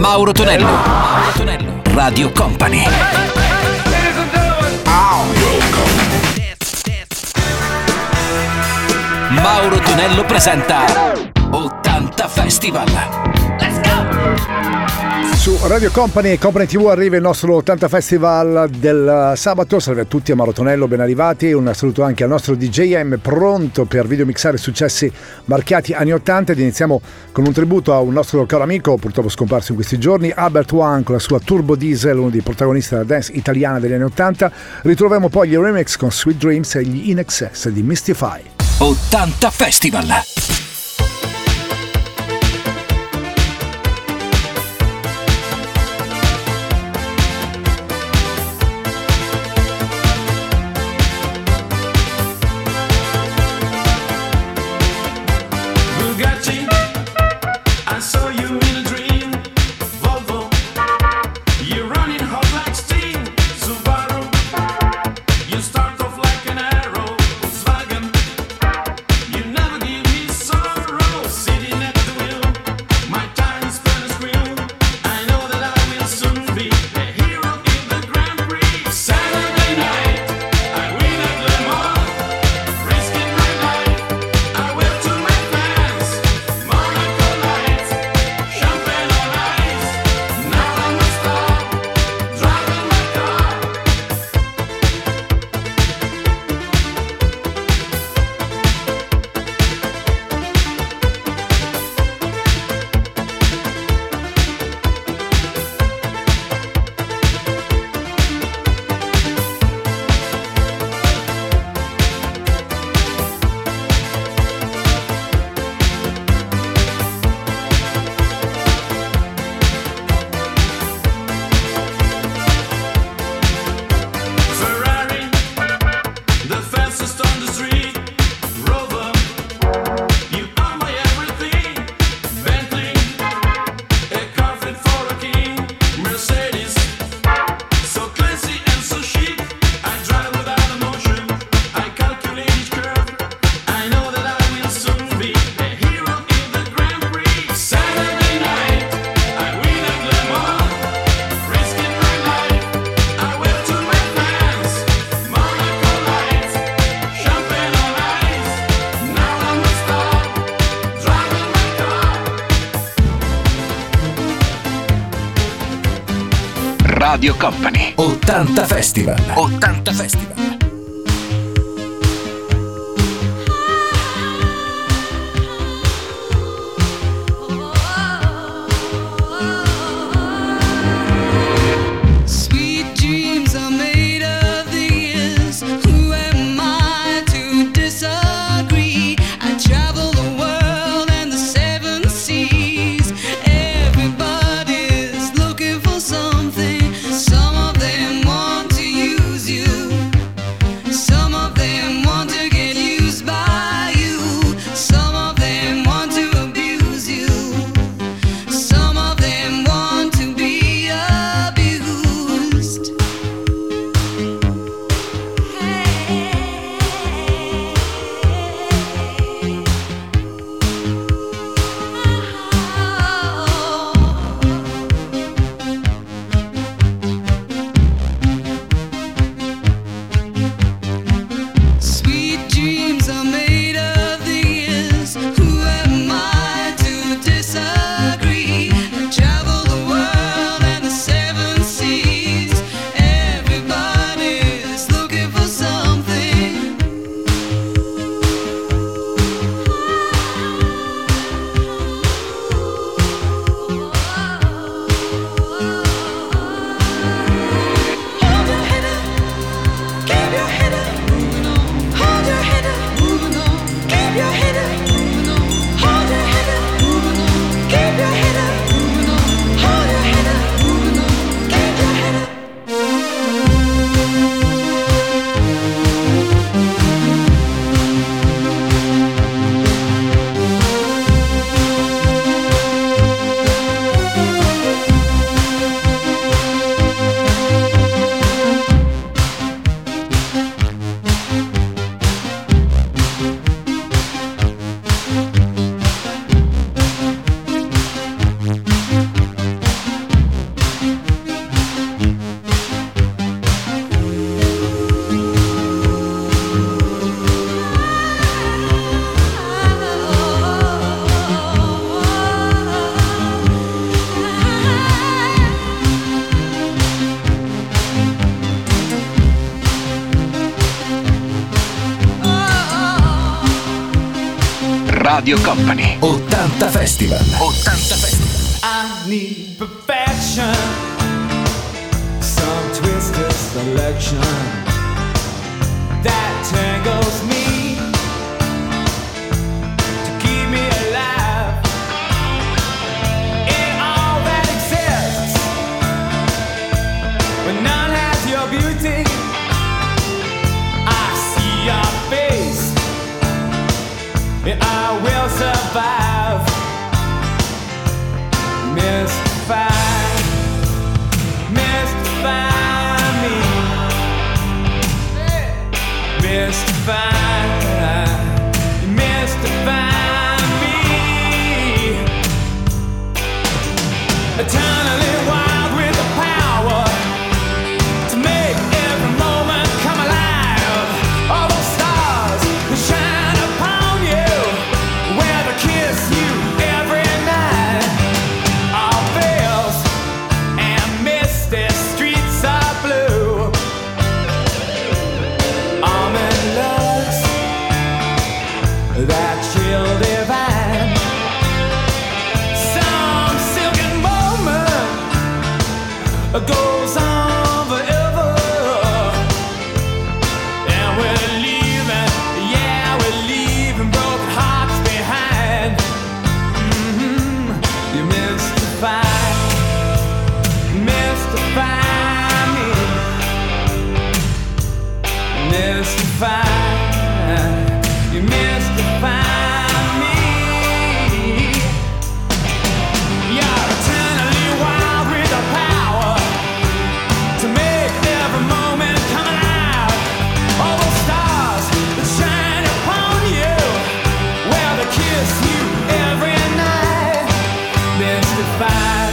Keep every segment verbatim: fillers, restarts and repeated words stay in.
Mauro Tonello, Mauro Tonello, Radio Company. Mauro Tonello presenta ottanta Festival. Let's go! Su Radio Company e Company tivù arriva il nostro ottanta Festival del sabato. Salve a tutti, a Mauro Tonello, ben arrivati. Un saluto anche al nostro D J M, pronto per videomixare successi marchiati anni ottanta. Ed iniziamo con un tributo a un nostro caro amico, purtroppo scomparso in questi giorni, Albert One, con la sua Turbo Diesel, uno dei protagonisti della dance italiana degli anni ottanta. Ritroviamo poi gli remix con Sweet Dreams e gli In Excess di Mystify. ottanta Festival. Radio Company. ottanta Festival. ottanta Festival. Some of them want to use you. Radio Company. ottanta Festival. ottanta Festival. I need perfection, some twisted selection that tangles me to keep me alive in all that exists, but none has your beauty. I see your face and I will survive. Mystify, mystify me, mystify, mystify me. Eternally wild with the power to make every moment come alive. All those stars that shine upon you, where to kiss you every night. All veils and misty streets are blue. Almond looks, that chill divine. Some silken moment goes on forever. And we're leaving, yeah, we're leaving broken hearts behind. Mm-hmm. You mystify, mystify me, mystify, you mystify me. You're eternally wild with the power to make every moment come alive. All those stars that shine upon you, where to kiss you every night. Mystify,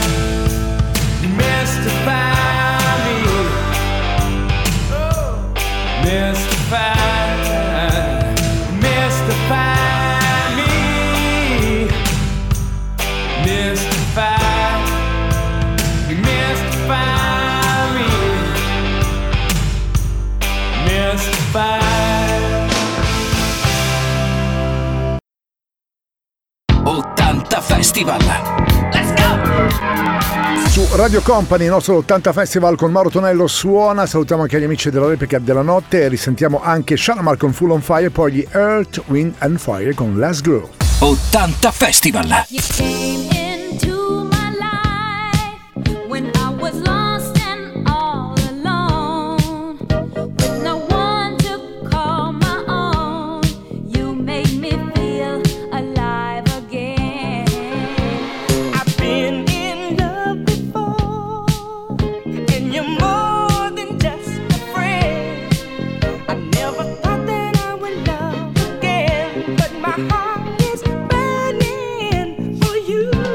mystify me. Oh, mystify, mystify me. Mystify, mystify me. Mystify. ottanta Festival. Let's go! Su Radio Company, il nostro ottanta Festival con Mauro Tonello suona. Salutiamo anche gli amici della replica della notte e risentiamo anche Shalamar con Full on Fire, poi gli Earth, Wind and Fire con Let's Grow. ottanta Festival. You came into my life when I was lost and all alone, with no one to call my own. You made me feel alive again. I've been in love before, and you're more than just a friend. I never thought that I would love again, but my heart is burning for you.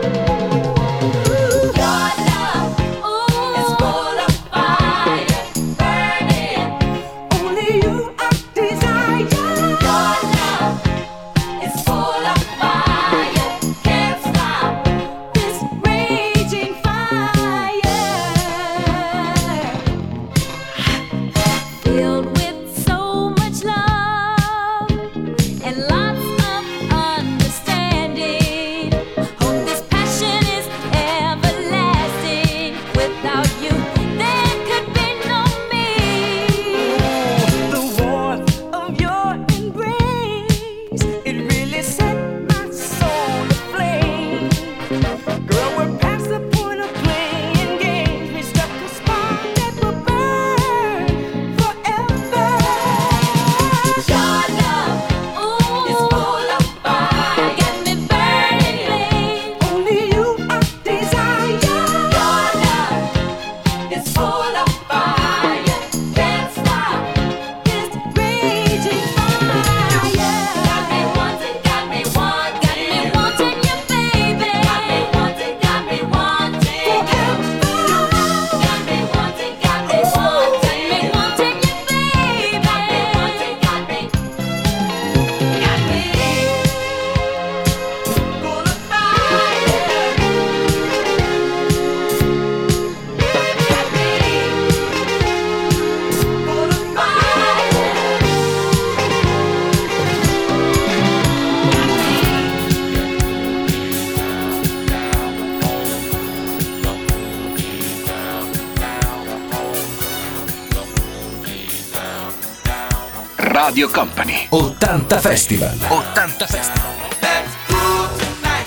Radio Company. ottanta Festival. ottanta Festival. Let's groove tonight.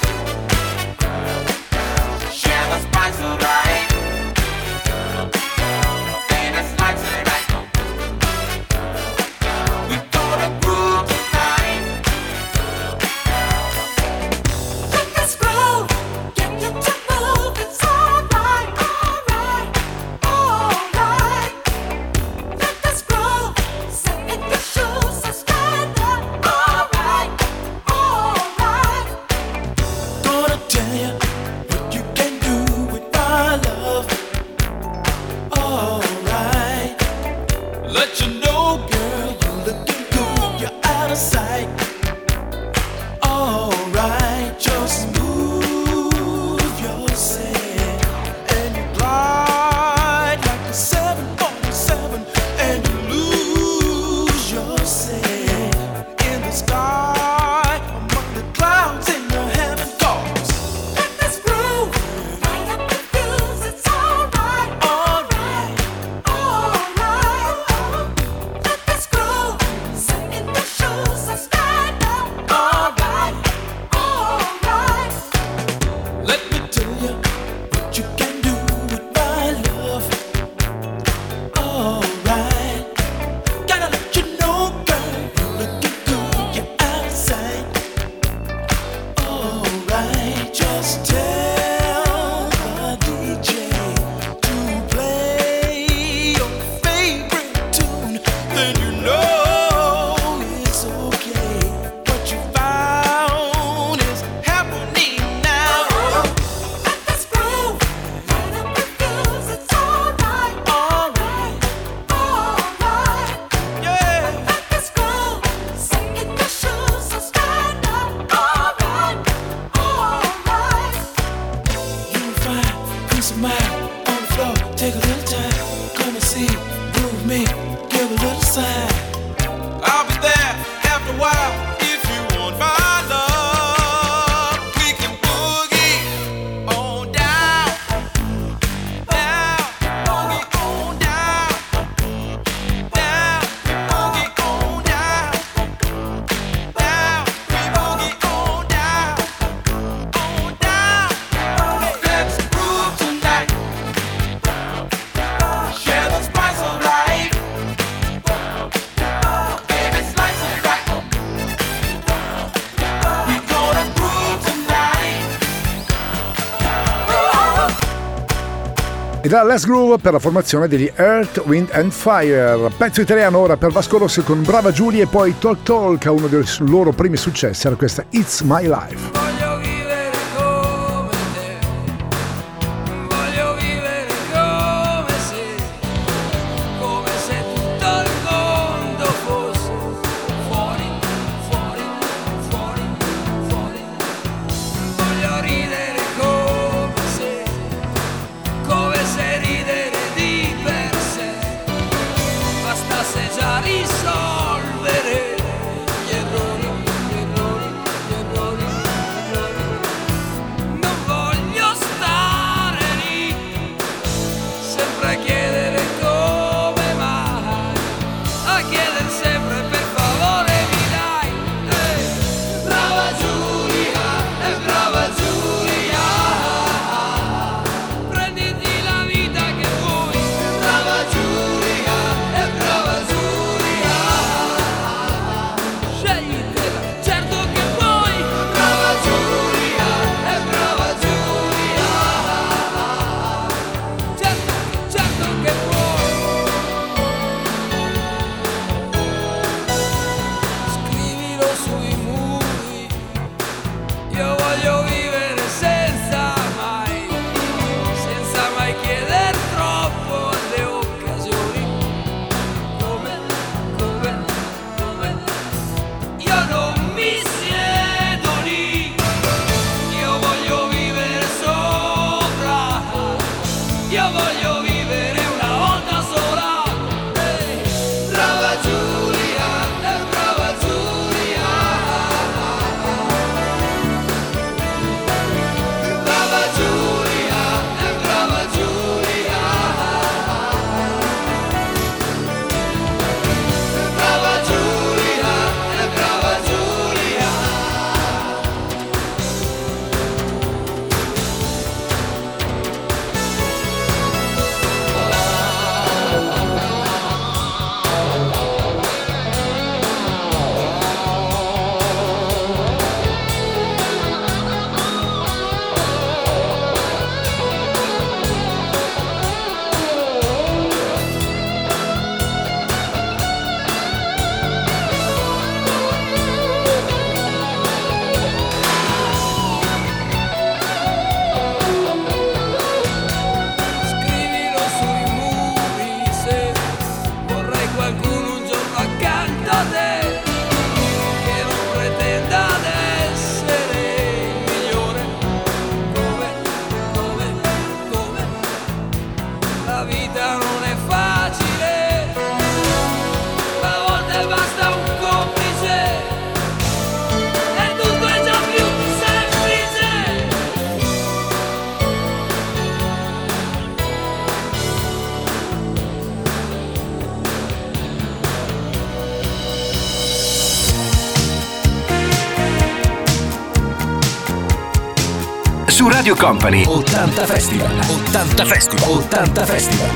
Share the spice of life. Baby, slice it right. We gonna groove tonight. Let this groove get you to move. It's alright, alright, alright. Let this groove set in your shoes, so stand up. Alright, alright. Gonna tell you what you can do with my love. Alright. Let you know, girl, you're looking good. You're out of sight. Alright, just move yourself and you glide like a seven forty-seven and you lose yourself in the sky among the clouds in the heaven goes. Let this groove light up the fuse. It's alright, alright, alright. Let this groove set in the shoes, so stand up. Alright, alright. Let me tell you what you can do with my love. Alright. Gotta let you know, girl, you're looking good. You're out of sight. Alright. Just tell the D J to play your favorite tune. Then you know it's okay. What you found is happening now. Let this groove light up the fuse. It's alright, alright, alright. Yeah. Let this groove set in your shoes, so stand up. Alright, alright. You're fine, peace of mind on the floor. Take a little time, come and see, groove me, give a little sign. I'll be there after a while if you want my love. We can boogie on down, down, boogie on down, down, boogie on down, down, we boogie on down, on down. Let's groove tonight. Share the spice of life. Baby, slice it right. We gonna groove tonight. E da Let's Groove per la formazione degli Earth, Wind and Fire. Pezzo italiano ora per Vasco Rossi con Brava Giulia e poi Talk Talk, uno dei loro primi successi era questa It's My Life. Voglio vivere come te, voglio vivere come se, come se tutto il mondo fosse fuori, fuori, fuori, fuori. Voglio ridere come se, come se ridere di per sé, bastasse già risolvere gli errori, gli errori, gli errori, gli errori. Non voglio stare lì, sempre a chiedere come mai, a chiedere sempre per favore mi dai. Eh, brava Giulia, eh, brava Giulia, prenditi la vita che vuoi. Brava Giulia, eh, brava Giulia, sceglitela, certo che puoi. Brava Giulia, eh, brava Giulia, certo, certo che puoi. Scrivilo sui muri, io voglio vivere senza mai, senza mai chieder troppo alle occasioni. Come, come, come, io non mi siedo lì, io voglio vivere sopra, io voglio vivere una volta sola. Eh, brava Giulia, eh, brava Giulia, brava Giulia, eh, brava Giulia, brava Giulia. Su Radio Company ottanta Festival. ottanta Festival. ottanta Festival.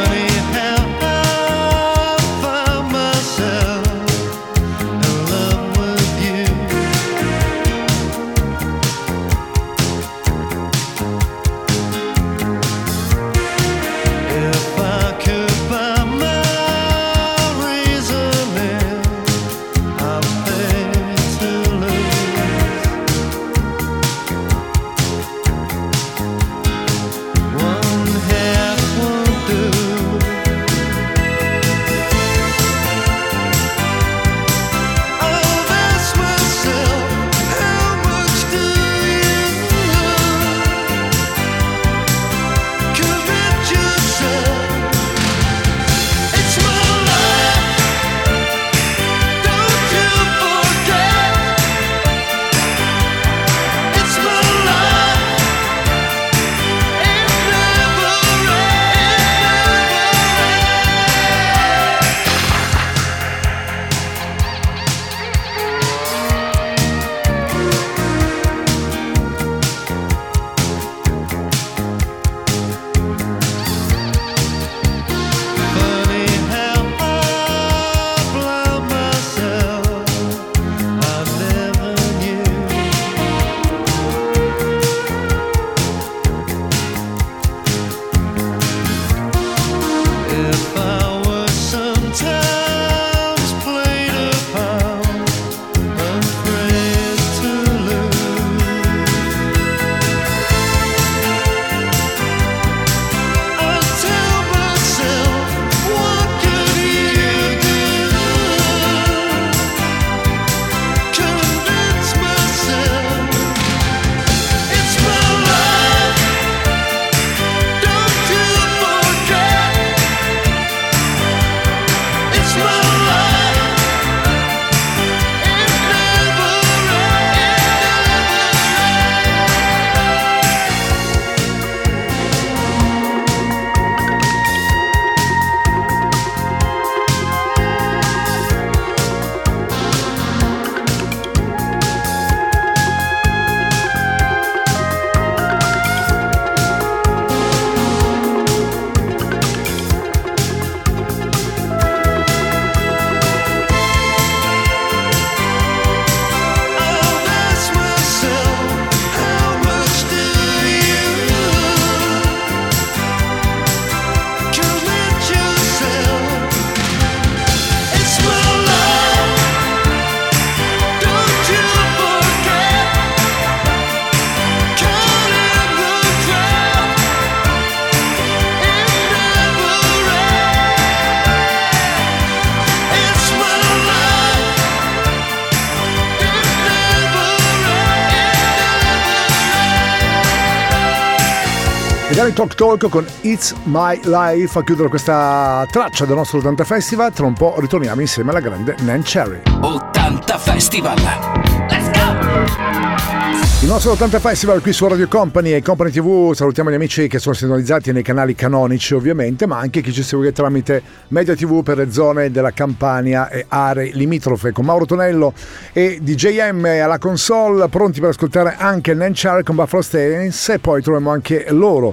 Gary Talk Talk con It's My Life a chiudere questa traccia del nostro ottanta Festival. Tra un po' ritorniamo insieme alla grande Nan Cherry. ottanta Festival. Let's go! Il nostro ottanta Festival qui su Radio Company e Company tivù. Salutiamo gli amici che sono sintonizzati nei canali canonici ovviamente, ma anche chi ci segue tramite Media tivù per le zone della Campania e aree limitrofe, con Mauro Tonello e D J M alla console, pronti per ascoltare anche Nan Cherry con Buffalo Stance, e poi troviamo anche loro,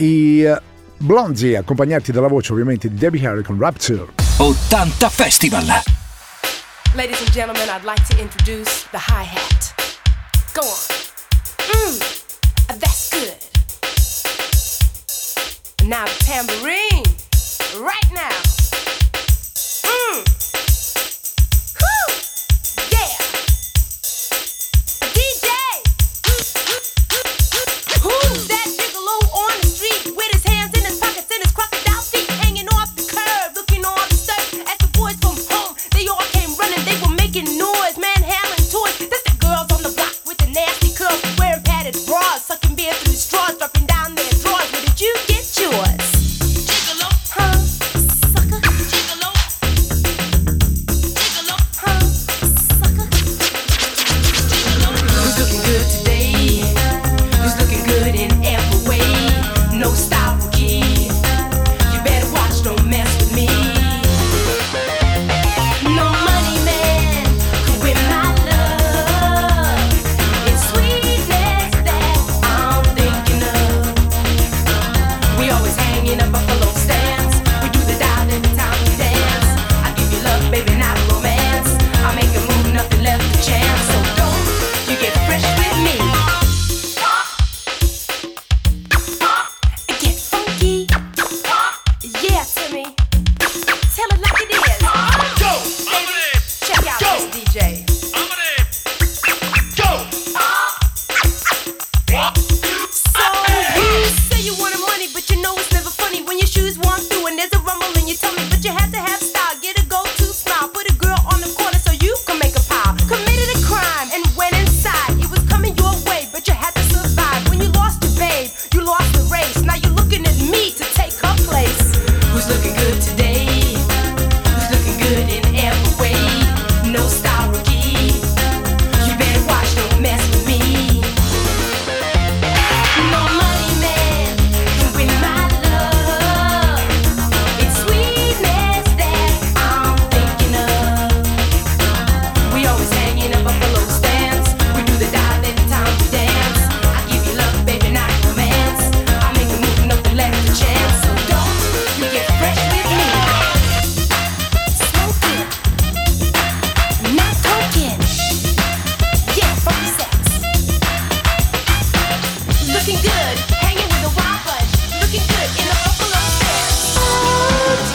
i Blondie, accompagnati dalla voce ovviamente di Debbie Harry con Rapture. ottanta Festival. Ladies and gentlemen, I'd like to introduce the hi-hat. Go on. Mmm, that's good. Now the tambourine, right now. Mmm. Whew. Yeah. D J. Who's that gigolo on the street with his hands in his pockets and his crocodile feet hanging off the curb, looking all disturbed as the boys from home, they all came running, they were making noise, manhandling toys. That's the girls on the block with the nasty curls, wearing padded bras, sucking beer through straws, dropping down their drawers. Where did you get yours? Gigolo, huh, sucker? We always hang in a buffalo stance. We do the dial every time we dance. I give you love, baby, not romance. I make a move, nothing left to chance. So don't you get fresh with me. Get funky. Yeah, Timmy. Tell it like it is. Go! Baby, check out this D J. Go! So you say you wanted money, but you know it's never funny when your shoes walk through and there's a rumble in your tummy. But you have to have style, get a go-to smile, put a girl on the corner so you can make a pile. Committed a crime and went inside. It was coming your way, but you had to survive. When you lost your babe, you lost the race. Now you're looking at me to take her place. Who's looking good today? Who's looking good in every way? No style rookie. You better watch, don't mess with me. No money man can win my love. It's sweetness that I'm thinking of. We always hang in a buffalo stance. We do the dial every time we dance. I give you love, baby, not romance. I make a move, nothing left to chance. So don't you get fresh with me. Smoking, not talking. Yeah, funky sex. Looking good, hanging with a wild bunch. Looking good in a buffalo stance.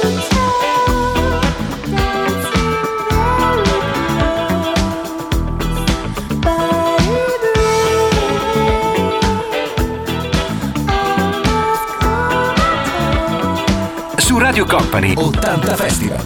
Su Radio Company ottanta Festival.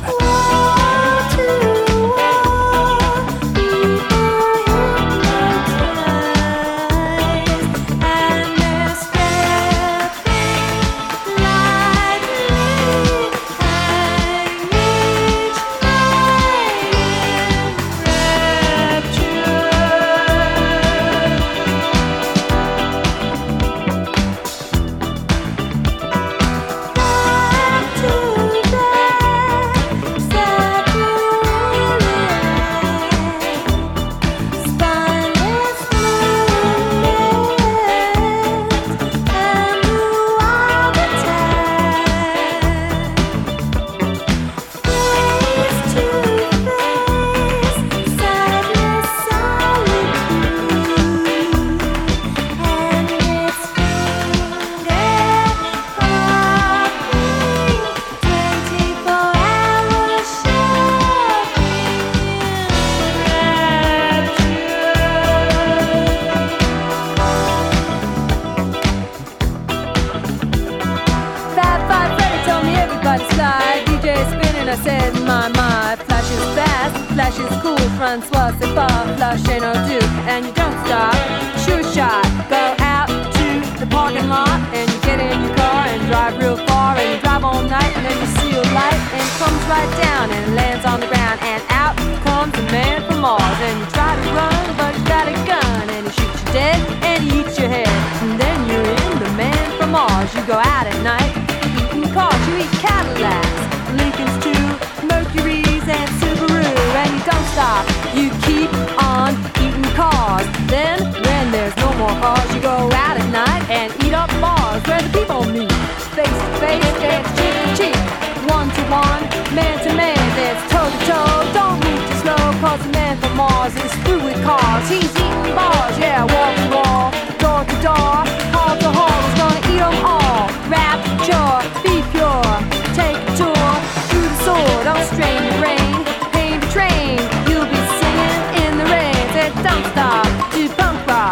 Fab Five Freddy told me everybody slide. D J spinning, I said, my, my. Flash is fast, flash is cool. Francois, c'est pas flash ain't no do. And you don't stop, sure shot. Go out to the parking lot and you get in your car and drive real far. And you drive all night and then you see a light and it comes right down and lands on the ground. And out comes a man from Mars. And you try to run, but you got a gun. And he shoots you dead and he eats your head. And then you're in the man from Mars. You go out at night, eating cars, you eat Cadillacs, Lincolns too, Mercuries and Subaru. And you don't stop, you keep on eating cars. Then, when there's no more cars, you go out at night and eat up bars where the people meet. Face to face, it's cheek to cheek, one to one, man to man, it's toe to toe. Don't move too slow, cause the man from Mars is through with cars. He's eating bars, yeah, wall to wall, door to door, hall to hall. He's gonna eat them all. Rapture, be pure, take a tour through the sword. Don't strain your brain, paint the train. You'll be singing in the rain. Say don't stop, do punk rock.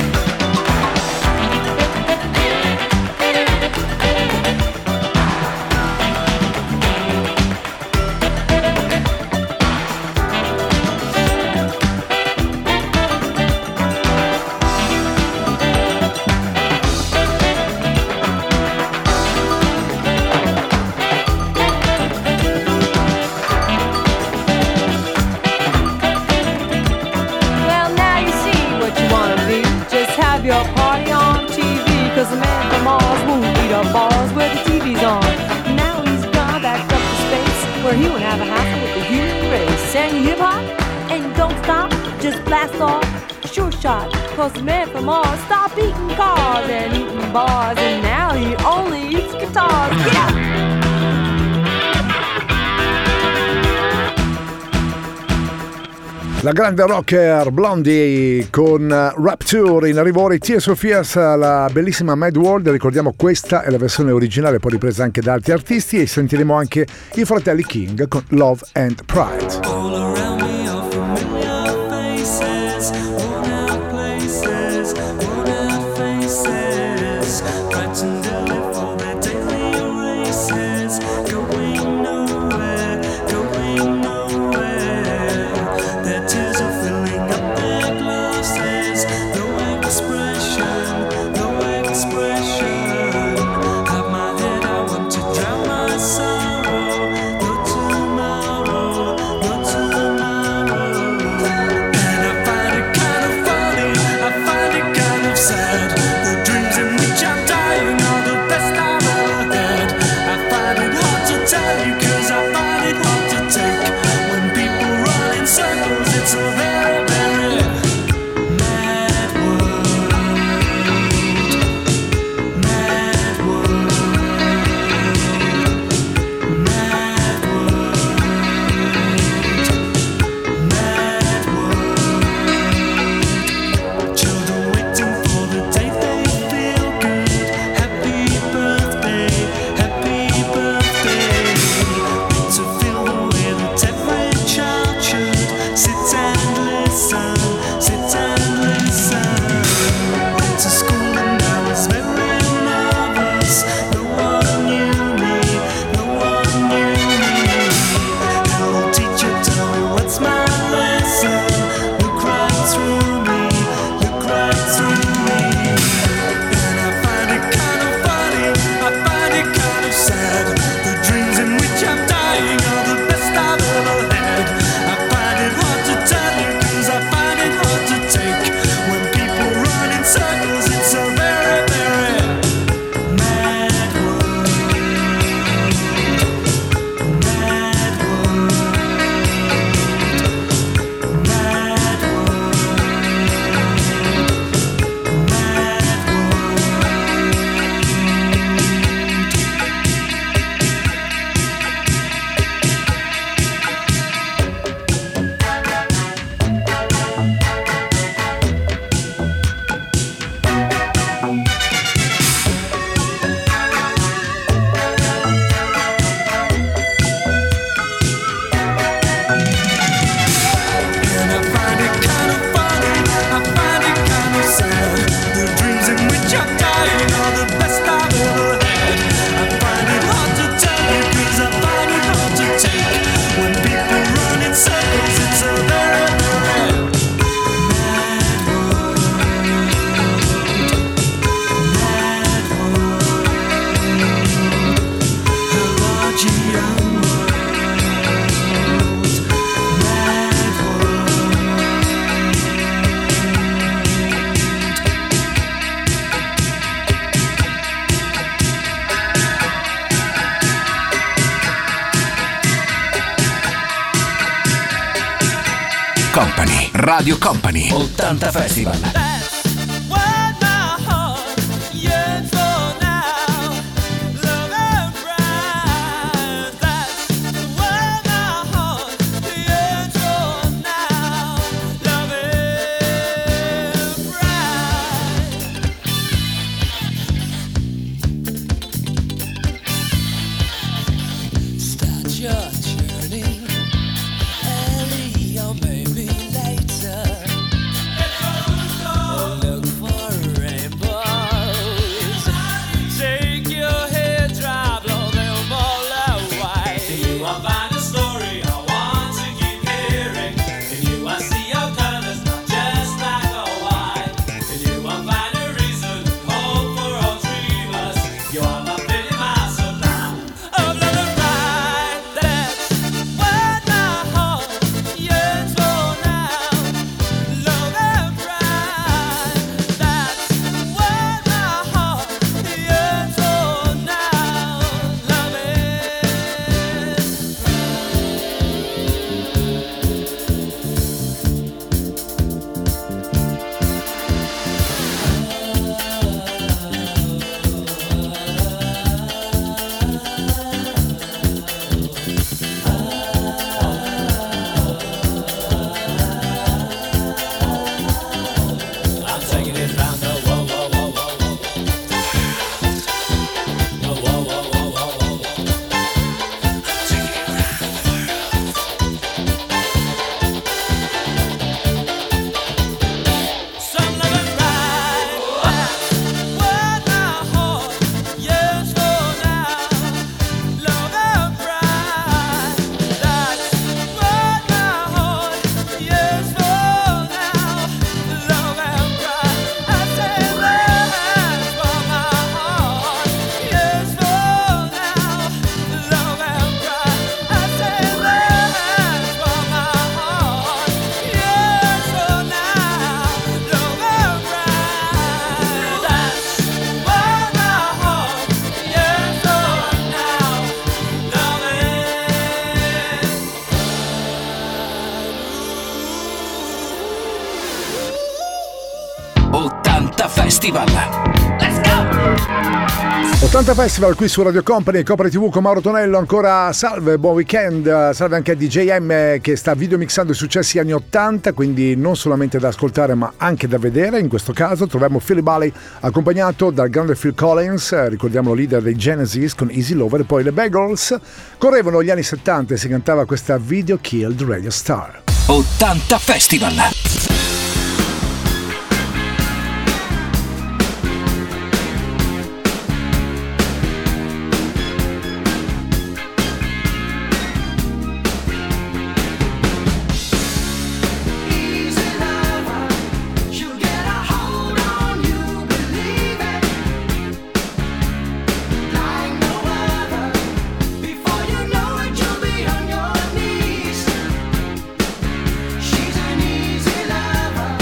Cause the man from Mars won't eat up bars where the T V's on. Now he's gone back up to space where he won't have a hassle with the human race. And you hip hop and you don't stop, just blast off. sure shot. Cause the man from Mars stopped eating cars and eating bars, and now he only eats guitars. Yeah! La grande rocker Blondie con Rapture, in arrivo ora Tears for Fears, la bellissima Mad World. Ricordiamo, questa è la versione originale, poi ripresa anche da altri artisti, e sentiremo anche i fratelli King con Love and Pride. All around me are familiar faces, worn out places, worn out faces, frightened to live for their daily races, going nowhere, going nowhere. Their tears are filling up their glasses, no expression, no expression. Have my head, I want to drown my sorrow, no tomorrow, no tomorrow. And I find it kind of funny, I find it kind of sad. The dreams in which I'm dying are the best I've ever had. I find it hard to tell you, cause I find it hard to take. When people run in circles, it's a very, very mad world. Mad world. Mad world. Mad world. Children waiting for the day they feel good. Happy birthday, happy birthday. Need to feel the way that every child should. Sit and listen, sit and listen. Went to school and I was very nervous. No one knew me, no one knew me. Hello teacher, tell me what's my lesson. Look right through me, look right through me. And I find it kind of funny, I find it kind of sad. The dreams in which I'm dying are the best I've ever had. I find it hard to tell you, cause I find it hard to take. When people run in circles, it's a very, very mad world. Mad world. Mad world. Mad And I find it kind of funny, I find it kind of sad. The dreams in which I'm dying are the best I've ever had. I find it hard to tell you, cause I find it hard to take. When people run in circles, it's a very, very mad world. Mad world. A large young world. Mad world. Company, Radio Company, ottanta Festival. That's what my heart yearns for now. Love and pride. That's what my heart yearns for now. Love and pride. Start your journey early or maybe later. Festival. Let's go! ottanta Festival qui su Radio Company, Company tivù con Mauro Tonello. Ancora salve, buon weekend. Salve anche a D J M che sta videomixando i successi anni ottanta, quindi non solamente da ascoltare ma anche da vedere. In questo caso troviamo Philly Bailey accompagnato dal grande Phil Collins, ricordiamolo, leader dei Genesis con Easy Lover, e poi le Bagels. Correvano gli anni settanta e si cantava questa Video Killed Radio Star. ottanta Festival. She's an easy lover.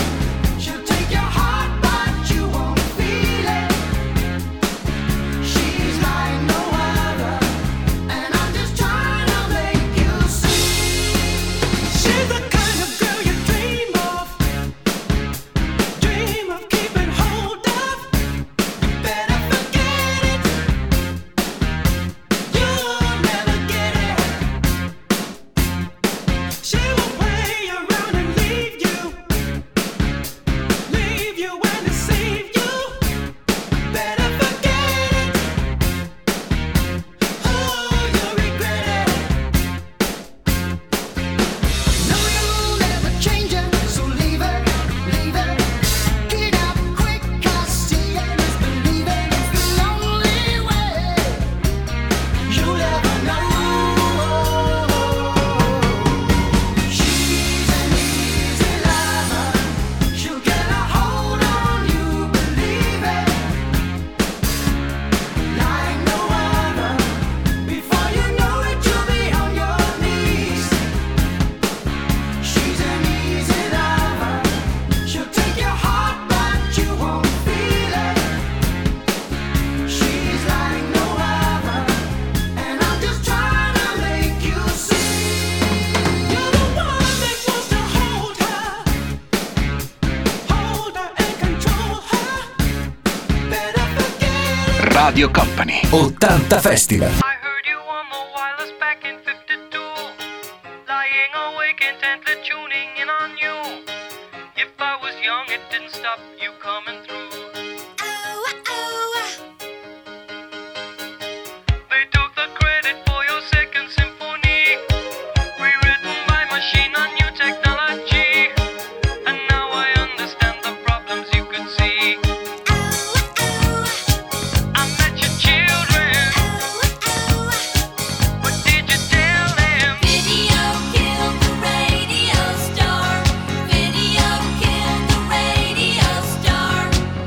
Radio Company. ottanta Festival. I heard you on the wireless back in fifty-two, lying awake intently tuning in on you. If I was young, it didn't stop you coming through. They took the credit for your second symphony, rewritten by machine on new technology. And now I understand the problems you could see. I met your children. What did you tell them? Video killed the radio star. Video killed the radio star.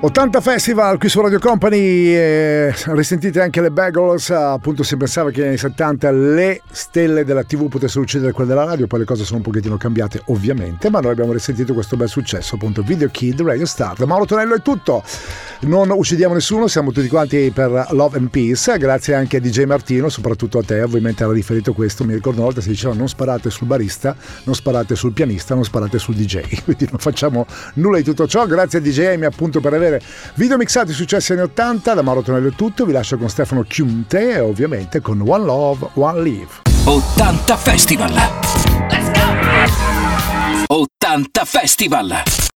ottanta Festival qui su Radio Company, eh, risentite anche le Bagels. Appunto, si pensava che negli anni settanta le stelle della tivù potessero uccidere quelle della radio, poi le cose sono un pochettino cambiate ovviamente, ma noi abbiamo risentito questo bel successo, appunto Video Kid, Radio Star. Da Mauro Tonello è tutto, non uccidiamo nessuno, siamo tutti quanti per Love and Peace, grazie anche a D J Martino, soprattutto a te, ovviamente era riferito questo, mi ricordo una volta si diceva non sparate sul barista, non sparate sul pianista, non sparate sul D J, quindi non facciamo nulla di tutto ciò. Grazie a D J Amy appunto per avere video mixati successi anni ottanta. Da Mauro Tonello è tutto, vi lascio con Stefano Chiunte e ovviamente con One Love, One Live. ottanta Festival. Let's go! ottanta Festival.